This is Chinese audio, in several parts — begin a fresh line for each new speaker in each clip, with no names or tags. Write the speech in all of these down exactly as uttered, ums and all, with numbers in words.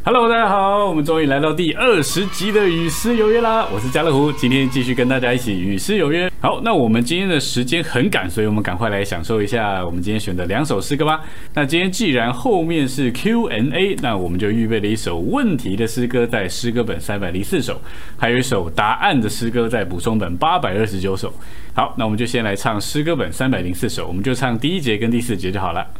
Hello， 大家好，我们终于来到第二十集的与诗有约啦！我是家乐福，今天继续跟大家一起与诗有约。好，那我们今天的时间很赶，所以我们赶快来享受一下我们今天选的两首诗歌吧。那今天既然后面是 Q and A， 那我们就预备了一首问题的诗歌在诗歌本三百零四首，还有一首答案的诗歌在补充本八百二十九首。好，那我们就先来唱诗歌本三百零四首，我们就唱第一节跟第四节就好了。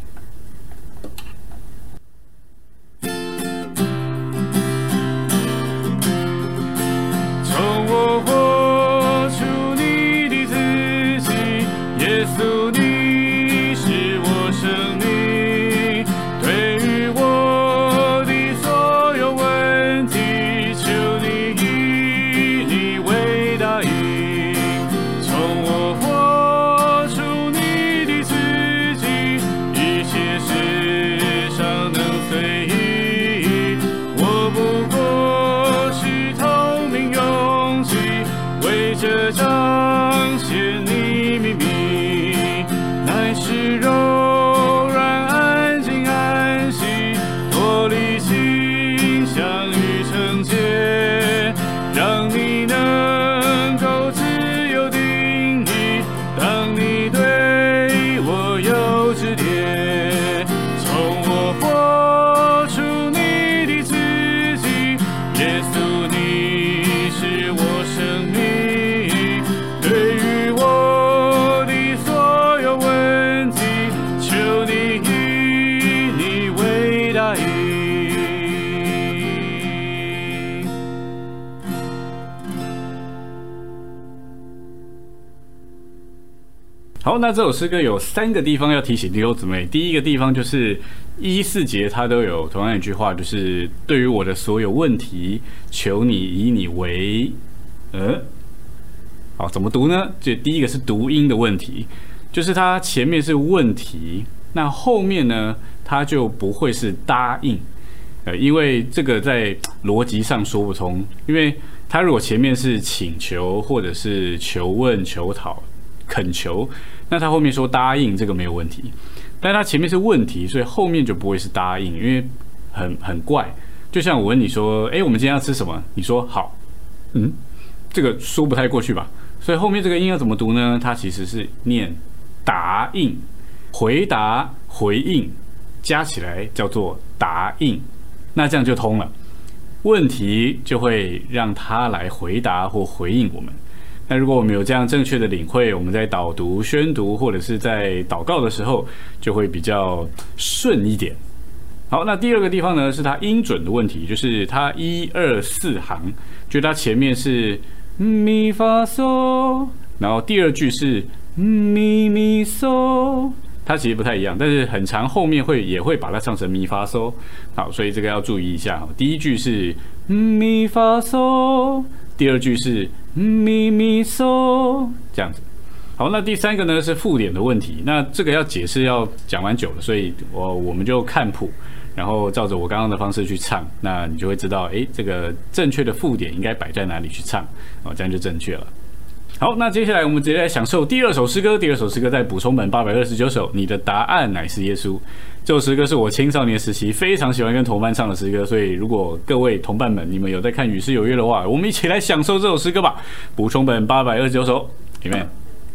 好，那这首诗歌有三个地方要提醒弟兄姊妹。第一个地方就是一四节，它都有同样一句话，就是对于我的所有问题，求你以你为，呃，好，怎么读呢？这第一个是读音的问题，就是它前面是问题，那后面呢，它就不会是答应，呃，因为这个在逻辑上说不通，因为它如果前面是请求或者是求问、求讨、恳求。那他后面说答应，这个没有问题，但他前面是问题，所以后面就不会是答应，因为很很怪。就像我问你说，哎，我们今天要吃什么？你说好，嗯，这个说不太过去吧？所以后面这个音要怎么读呢？它其实是念答应，回答、回应加起来叫做答应，那这样就通了。问题就会让他来回答或回应我们。那如果我们有这样正确的领会，我们在导读、宣读或者是在祷告的时候，就会比较顺一点。好，那第二个地方呢，是它音准的问题，就是它一二四行，就它前面是咪发嗦，然后第二句是咪咪嗦，它其实不太一样，但是很长后面会也会把它唱成咪发嗦。好，所以这个要注意一下。第一句是咪发嗦，第二句是咪咪嗦，这样子。好，那第三个呢是附点的问题。那这个要解释要讲蛮久了，所以我我们就看谱，然后照着我刚刚的方式去唱，那你就会知道，哎，这个正确的附点应该摆在哪里去唱，哦，这样就正确了。好，那接下来我们直接来享受第二首诗歌。第二首诗歌在补充本八百二十九首，你的答案乃是耶稣。这首诗歌是我青少年时期非常喜欢跟同伴唱的诗歌，所以如果各位同伴们你们有在看《与诗有约》的话，我们一起来享受这首诗歌吧。补充本八百二十九首 ，Amen。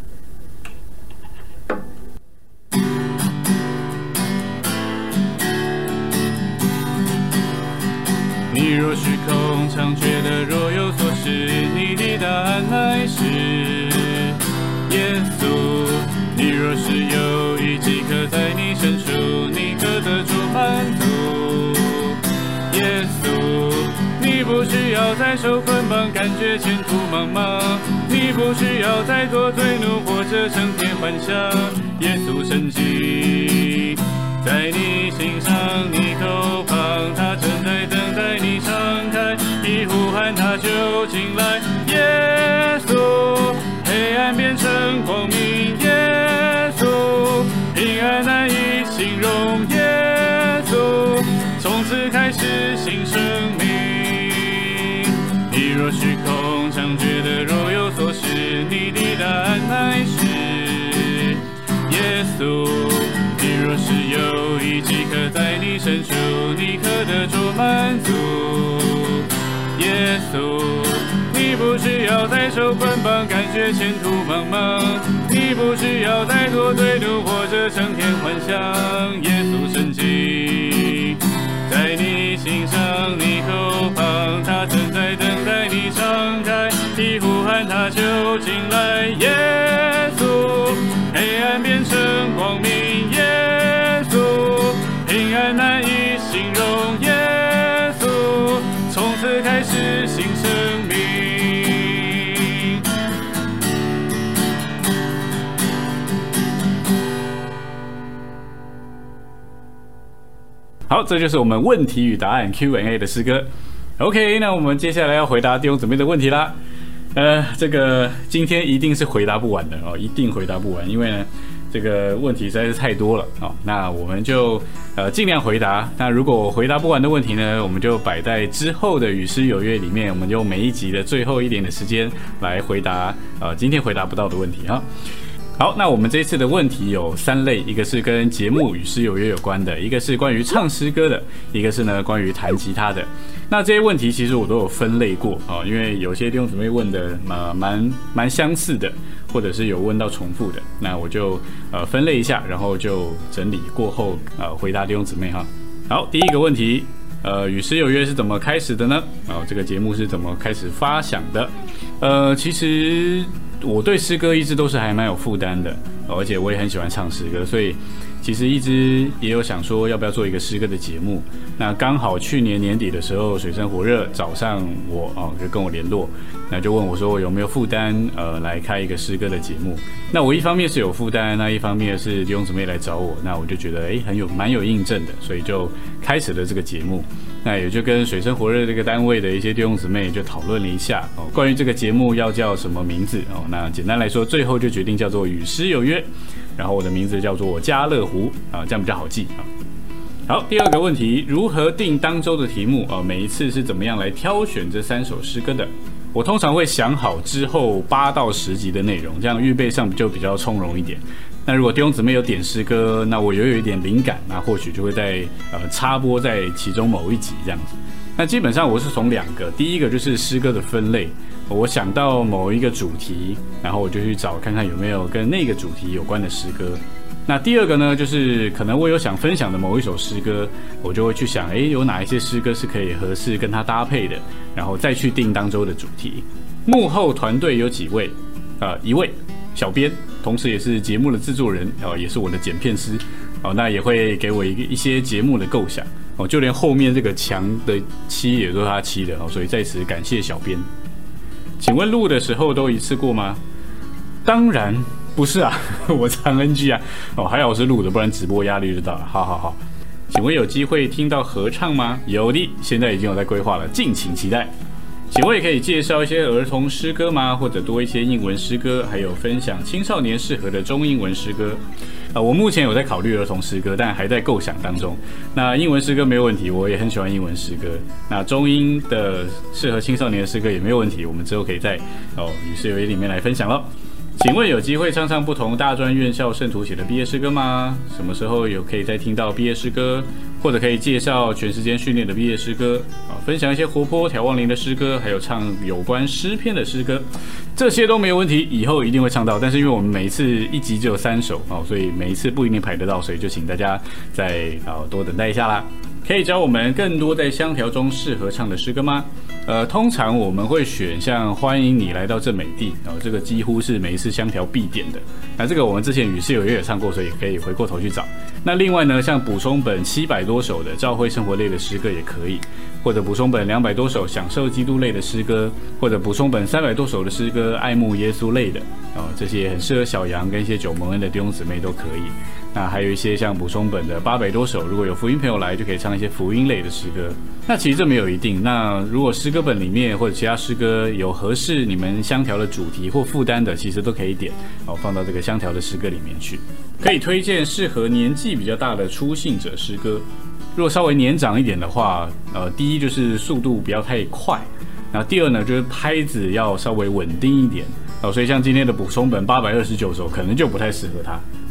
你若是空常觉得若有所失，你的答案乃是耶稣。你若是有一饥渴在你深处，你可得着满足。耶稣，你不需要再受捆绑，感觉前途茫茫，你不需要再多罪怒或者成天幻想。耶稣神迹在你心上，你口旁，他正在等待你敞开，一呼喊他就进来。耶稣，黑暗变成光明。耶稣，平安难以形容。耶稣，从此开始新生命。你若虚空常觉得若有所失，你的答案乃是耶稣。你若若是有一饥渴在你深处，你可得着满足。耶稣，你不需要再受捆绑，感觉前途茫茫，你不需要再多对赌或者成天幻想。耶稣神迹在你心上，你口旁，他正在等待你敞开，你呼喊他就进来。耶稣，黑暗变成光明。耶稣，平安难以形容。耶稣，从此开始新生命。好，这就是我们问题与答案 Q and A 的诗歌。OK， 那我们接下来要回答弟兄姊妹的问题啦。呃，这个今天一定是回答不完的哦，一定回答不完，因为呢，这个问题实在是太多了哦。那我们就呃尽量回答。那如果回答不完的问题呢，我们就摆在之后的与诗有约里面，我们用每一集的最后一点的时间来回答呃今天回答不到的问题哈。好，那我们这一次的问题有三类，一个是跟节目与诗有约有关的，一个是关于唱诗歌的，一个是呢关于弹吉他的。那这些问题其实我都有分类过哦，因为有些弟兄姊妹问的呃蛮蛮相似的，或者是有问到重复的，那我就呃分类一下，然后就整理过后呃回答弟兄姊妹哈。好，第一个问题，呃，与诗有约是怎么开始的呢？哦，这个节目是怎么开始发想的？呃，其实我对诗歌一直都是还蛮有负担的，而且我也很喜欢唱诗歌，所以其实一直也有想说要不要做一个诗歌的节目。那刚好去年年底的时候，水深火热找上我哦，就跟我联络，那就问我说我有没有负担呃来开一个诗歌的节目。那我一方面是有负担，那一方面是弟兄姊妹来找我，那我就觉得哎很有蛮有印证的，所以就开始了这个节目。那也就跟水深火热这个单位的一些弟兄姊妹就讨论了一下哦，关于这个节目要叫什么名字哦。那简单来说，最后就决定叫做与诗有约，然后我的名字叫做家乐湖啊，这样比较好记啊。好，第二个问题，如何定当周的题目啊？每一次是怎么样来挑选这三首诗歌的？我通常会想好之后八到十集的内容，这样预备上就比较从容一点。那如果弟兄姊妹有点诗歌，那我又有一点灵感，那或许就会在呃插播在其中某一集这样子。那基本上我是从两个，第一个就是诗歌的分类，我想到某一个主题，然后我就去找看看有没有跟那个主题有关的诗歌。那第二个呢，就是可能我有想分享的某一首诗歌，我就会去想，诶，有哪一些诗歌是可以合适跟它搭配的，然后再去定当周的主题。幕后团队有几位？呃，一位小编，同时也是节目的制作人，哦、呃，也是我的剪片师，哦、呃，那也会给我一个一些节目的构想，哦、呃，就连后面这个墙的漆也都是他漆的，哦、呃，所以在此感谢小编。请问录的时候都一次过吗？当然不是啊，我常 N G 啊，哦，还好我是录的，不然直播压力就大了。好好好，请问有机会听到合唱吗？有的，现在已经有在规划了，敬请期待。请问也可以介绍一些儿童诗歌吗？或者多一些英文诗歌，还有分享青少年适合的中英文诗歌。呃，我目前有在考虑儿童诗歌，但还在构想当中。那英文诗歌没有问题，我也很喜欢英文诗歌。那中英的适合青少年的诗歌也没有问题，我们之后可以在哦与诗有约里面来分享了。请问有机会唱唱不同大专院校圣徒写的毕业诗歌吗？什么时候有可以再听到毕业诗歌，或者可以介绍全时间训练的毕业诗歌啊？分享一些活泼眺望灵的诗歌，还有唱有关诗篇的诗歌，这些都没有问题，以后一定会唱到。但是因为我们每一次一集只有三首哦，所以每一次不一定排得到，所以就请大家再啊多等待一下啦。可以教我们更多在香调中适合唱的诗歌吗？呃，通常我们会选像欢迎你来到这美地，哦，这个几乎是每一次香调必点的。那这个我们之前与诗有约也唱过，所以可以回过头去找。那另外呢，像补充本七百多首的教会生活类的诗歌也可以，或者补充本两百多首享受基督类的诗歌，或者补充本三百多首的诗歌爱慕耶稣类的，哦，这些很适合小羊跟一些久蒙恩的弟兄姊妹都可以。那还有一些像补充本的八百多首，如果有福音朋友来，就可以唱一些福音类的诗歌。那其实这没有一定。那如果诗歌本里面或者其他诗歌有合适你们香调的主题或负担的，其实都可以点哦，放到这个香调的诗歌里面去。可以推荐适合年纪比较大的初信者诗歌。如果稍微年长一点的话，呃，第一就是速度不要太快，然后第二呢就是拍子要稍微稳定一点哦，所以像今天的补充本八百二十九首，可能就不太适合他。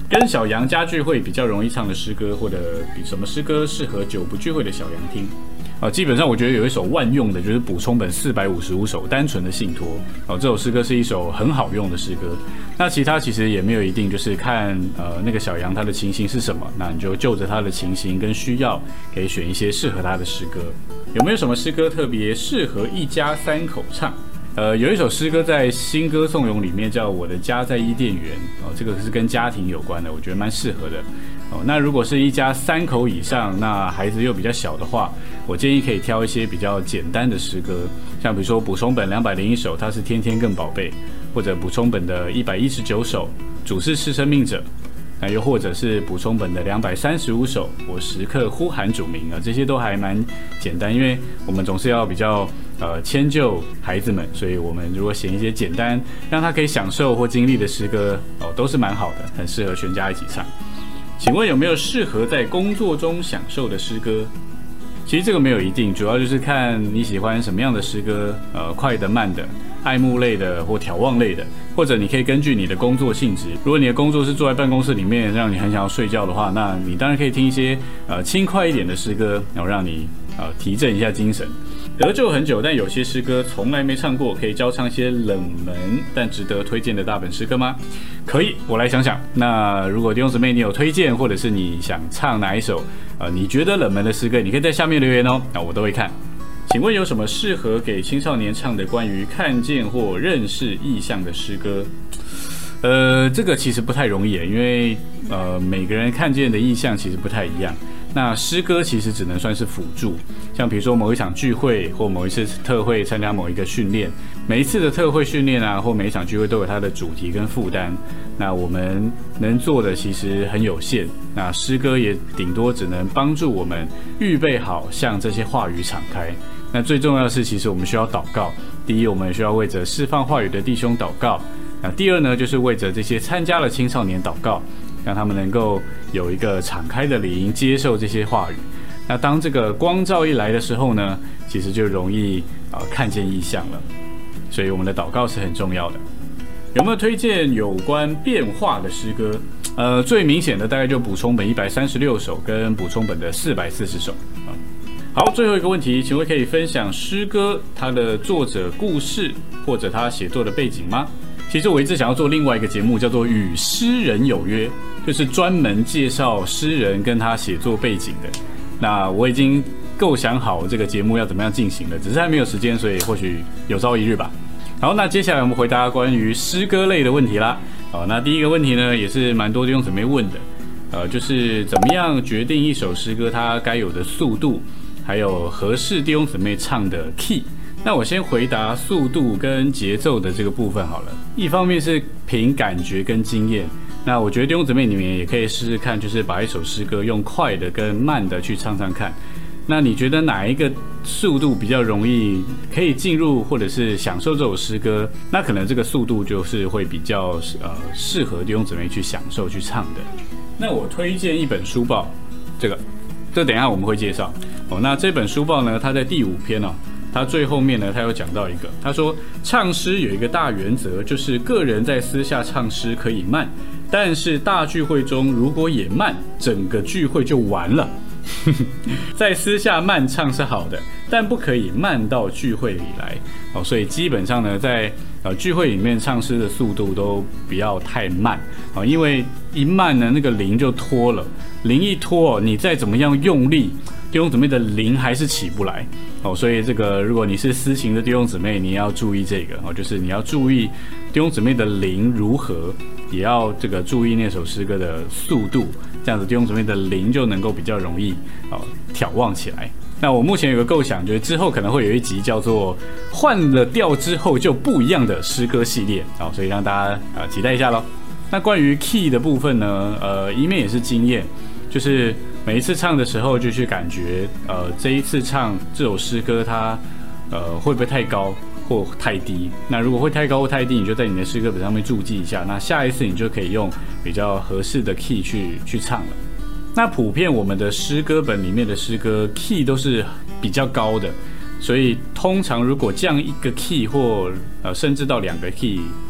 跟小羊家聚会比较容易唱的诗歌，或者比什么诗歌适合久不聚会的小羊听。啊，基本上我觉得有一首万用的，就是补充本四百五十五首单纯的信托。哦，这首诗歌是一首很好用的诗歌。那其他其实也没有一定，就是看呃那个小羊他的情形是什么，那你就就着他的情形跟需要，可以选一些适合他的诗歌。有没有什么诗歌特别适合一家三口唱？呃，有一首诗歌在新歌颂咏里面叫《我的家在伊甸园》哦，这个是跟家庭有关的，我觉得蛮适合的。哦，那如果是一家三口以上，那孩子又比较小的话，我建议可以挑一些比较简单的诗歌，像比如说补充本两百零一首，它是天天更宝贝，或者补充本的一百一十九首，主是是生命者，那又或者是补充本的两百三十五首，我时刻呼喊主名啊，这些都还蛮简单，因为我们总是要比较呃迁就孩子们，所以我们如果写一些简单让他可以享受或经历的诗歌哦，都是蛮好的，很适合全家一起唱。请问有没有适合在工作中享受的诗歌？其实这个没有一定，主要就是看你喜欢什么样的诗歌，呃，快的、慢的、爱慕类的或眺望类的，或者你可以根据你的工作性质，如果你的工作是坐在办公室里面，让你很想要睡觉的话，那你当然可以听一些呃轻快一点的诗歌，然后让你呃提振一下精神。得救很久，但有些诗歌从来没唱过，可以教唱一些冷门但值得推荐的大本诗歌吗？可以，我来想想。那如果弟兄姊妹你有推荐，或者是你想唱哪一首呃你觉得冷门的诗歌，你可以在下面留言哦，那我都会看。请问有什么适合给青少年唱的关于看见或认识意象的诗歌？呃，这个其实不太容易，因为呃每个人看见的意象其实不太一样。那诗歌其实只能算是辅助，像比如说某一场聚会或某一次特会参加某一个训练，每一次的特会训练啊，或每一场聚会都有它的主题跟负担。那我们能做的其实很有限，那诗歌也顶多只能帮助我们预备好向这些话语敞开。那最重要的是，其实我们需要祷告。第一，我们需要为着释放话语的弟兄祷告。那第二呢，就是为着这些参加了青少年祷告，让他们能够有一个敞开的灵，接受这些话语。那当这个光照一来的时候呢，其实就容易呃看见异象了。所以我们的祷告是很重要的。有没有推荐有关变化的诗歌？呃，最明显的大概就补充本一百三十六首跟补充本的四百四十首啊。好，最后一个问题，请问可以分享诗歌它的作者故事或者他写作的背景吗？其实我一直想要做另外一个节目，叫做《与诗人有约》，就是专门介绍诗人跟他写作背景的。那我已经构想好这个节目要怎么样进行了，只是还没有时间，所以或许有朝一日吧。好，那接下来我们回答关于诗歌类的问题啦。好，那第一个问题呢，也是蛮多弟兄姊妹问的，呃，就是怎么样决定一首诗歌它该有的速度，还有合适弟兄姊妹唱的 key。那我先回答速度跟节奏的这个部分好了。一方面是凭感觉跟经验，那我觉得弟兄姊妹你们也可以试试看，就是把一首诗歌用快的跟慢的去唱唱看。那你觉得哪一个速度比较容易可以进入或者是享受这首诗歌？那可能这个速度就是会比较呃适合弟兄姊妹去享受去唱的。那我推荐一本书报，这个这等一下我们会介绍哦。那这本书报呢，它在第五篇哦。他最后面呢，他有讲到一个，他说唱诗有一个大原则，就是个人在私下唱诗可以慢，但是大聚会中如果也慢，整个聚会就完了。在私下慢唱是好的，但不可以慢到聚会里来哦。所以基本上呢，在呃聚会里面唱诗的速度都不要太慢哦，因为一慢呢，那个灵就拖了，灵一拖，你再怎么样用力，弟兄姊妹的灵还是起不来哦。所以这个如果你是私情的弟兄姊妹，你要注意这个哦，就是你要注意弟兄姊妹的灵如何，也要这个注意那首诗歌的速度，这样子弟兄姊妹的灵就能够比较容易哦眺望起来。那我目前有个构想，就是之后可能会有一集叫做换了调之后就不一样的诗歌系列哦，所以让大家啊、呃、期待一下咯。那关于 key 的部分呢，呃，一面也是经验，就是每一次唱的时候就去感觉，呃，这一次唱这首诗歌它呃会不会太高或太低？那如果会太高或太低，你就在你的诗歌本上面注记一下。那下一次你就可以用比较合适的 key 去去唱了。那普遍我们的诗歌本里面的诗歌 key 都是比较高的，所以通常如果降一个 key 或呃甚至到两个 key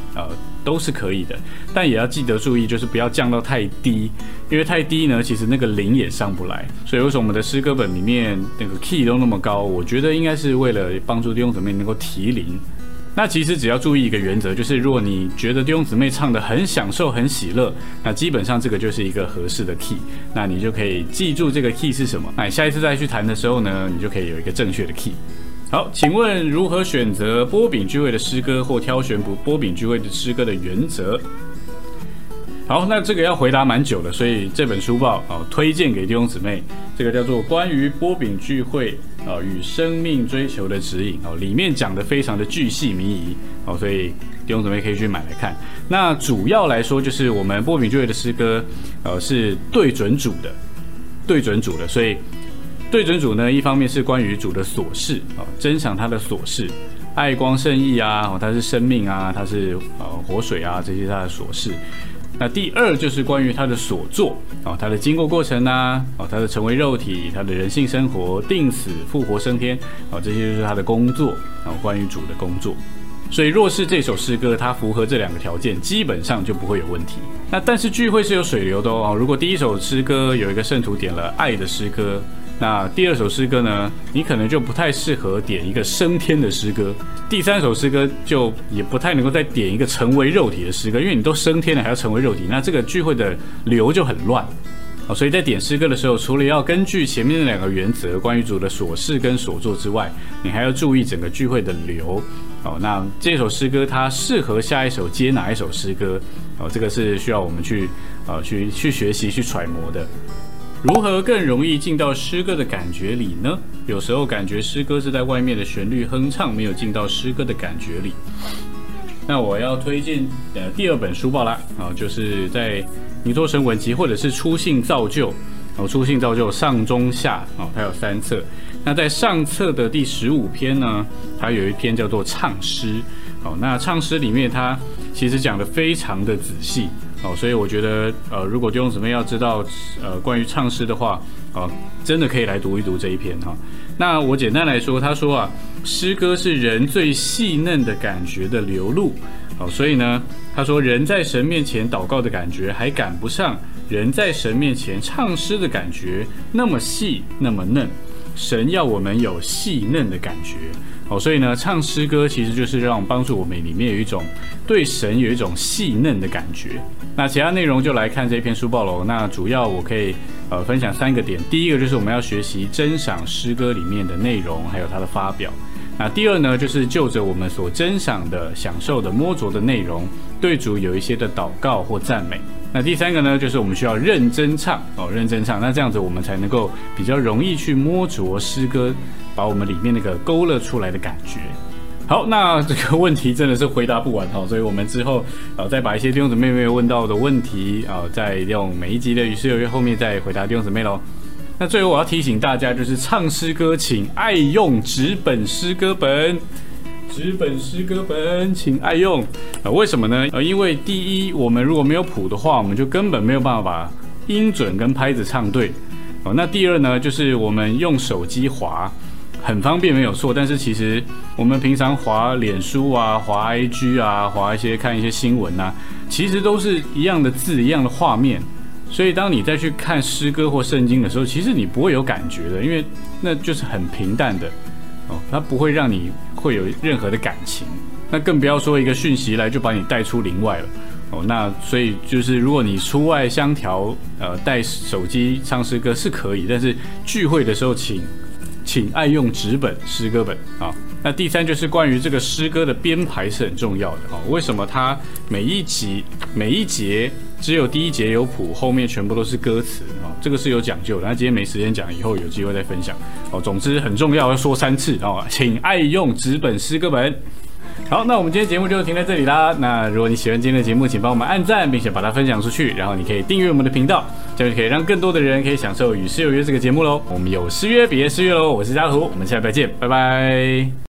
呃，都是可以的，但也要记得注意，就是不要降到太低，因为太低呢，其实那个零也上不来。所以为什么我们的诗歌本里面那个 key 都那么高？我觉得应该是为了帮助弟兄姊妹能够提零。那其实只要注意一个原则，就是如果你觉得弟兄姊妹唱得很享受、很喜乐，那基本上这个就是一个合适的 key， 那你就可以记住这个 key 是什么。那你下一次再去弹的时候呢，你就可以有一个正确的 key。好，请问如何选择波饼聚会的诗歌或挑选波饼聚会的诗歌的原则？好，那这个要回答蛮久的，所以这本书报哦推荐给弟兄姊妹，这个叫做《关于波饼聚会啊与生命追求的指引》哦，里面讲的非常的巨细靡遗哦，所以弟兄姊妹可以去买来看。那主要来说就是我们波饼聚会的诗歌，呃是对准主的，对准主的，所以。对准主呢，一方面是关于主的琐事啊，珍赏他的琐事，爱光圣义啊，哦，他是生命啊，他是呃活水啊，这些他的琐事。那第二就是关于他的所作啊，他的经过过程啊，哦，他的成为肉体，他的人性生活，定死复活升天啊，这些就是他的工作啊，关于主的工作。所以若是这首诗歌它符合这两个条件，基本上就不会有问题。那但是聚会是有水流的哦，如果第一首诗歌有一个圣徒点了爱的诗歌，那第二首诗歌呢，你可能就不太适合点一个升天的诗歌，第三首诗歌就也不太能够再点一个成为肉体的诗歌，因为你都升天了还要成为肉体，那这个聚会的流就很乱。所以在点诗歌的时候，除了要根据前面那两个原则，关于主的所事跟所作之外，你还要注意整个聚会的流。哦，那这首诗歌它适合下一首接哪一首诗歌？哦，这个是需要我们去呃去去学习去揣摩的。如何更容易进到诗歌的感觉里呢？有时候感觉诗歌是在外面的旋律哼唱，没有进到诗歌的感觉里。那我要推荐呃第二本书报啦，啊，就是在尼托神文集或者是初信造就，哦，初信造就上中下，哦，它有三册。那在上册的第十五篇呢，它有一篇叫做唱诗，哦，那唱诗里面它其实讲得非常的仔细，哦，所以我觉得呃，如果弟兄姊妹要知道呃关于唱诗的话，哦，真的可以来读一读这一篇哈。那我简单来说，他说啊，诗歌是人最细嫩的感觉的流露，哦，所以呢，他说人在神面前祷告的感觉还赶不上人在神面前唱诗的感觉那么细那么嫩。神要我们有细嫩的感觉，哦，所以呢，唱诗歌其实就是让帮助我们里面有一种对神有一种细嫩的感觉。那其他内容就来看这篇书报喽。那主要我可以呃分享三个点，第一个就是我们要学习珍赏诗歌里面的内容，还有它的发表。那第二呢，就是就着我们所珍赏的、享受的、摸着的内容，对主有一些的祷告或赞美。那第三个呢，就是我们需要认真唱哦，认真唱。那这样子我们才能够比较容易去摸着诗歌，把我们里面那个勾勒出来的感觉。好，那这个问题真的是回答不完哈，所以我们之后呃再把一些弟兄姊妹没有问到的问题啊、呃，再用每一集的与诗有约后面再回答弟兄姊妹喽。那最后我要提醒大家，就是唱诗歌请爱用纸本诗歌本。纸本诗歌本，请爱用。呃，为什么呢？呃，因为第一，我们如果没有谱的话，我们就根本没有办法把音准跟拍子唱对。哦，那第二呢，就是我们用手机滑，很方便没有错，但是其实我们平常滑脸书啊、滑 I G 啊、滑一些看一些新闻啊，其实都是一样的字、一样的画面。所以当你再去看诗歌或圣经的时候，其实你不会有感觉的，因为那就是很平淡的。哦，它不会让你会有任何的感情，那更不要说一个讯息来就把你带出灵外了。哦，那所以就是如果你出外相调，呃，带手机唱诗歌是可以，但是聚会的时候请请爱用纸本诗歌本啊。那第三就是关于这个诗歌的编排是很重要的哦。为什么它每一集每一节只有第一节有谱，后面全部都是歌词哦？这个是有讲究的。那今天没时间讲，以后有机会再分享哦。总之很重要，要说三次哦，请爱用纸本诗歌本。好，那我们今天节目就停在这里啦。那如果你喜欢今天的节目，请帮我们按赞，并且把它分享出去，然后你可以订阅我们的频道，这样就可以让更多的人可以享受与诗有约这个节目喽。我们有诗约，别诗约喽。我是家图，我们下礼拜见，拜拜。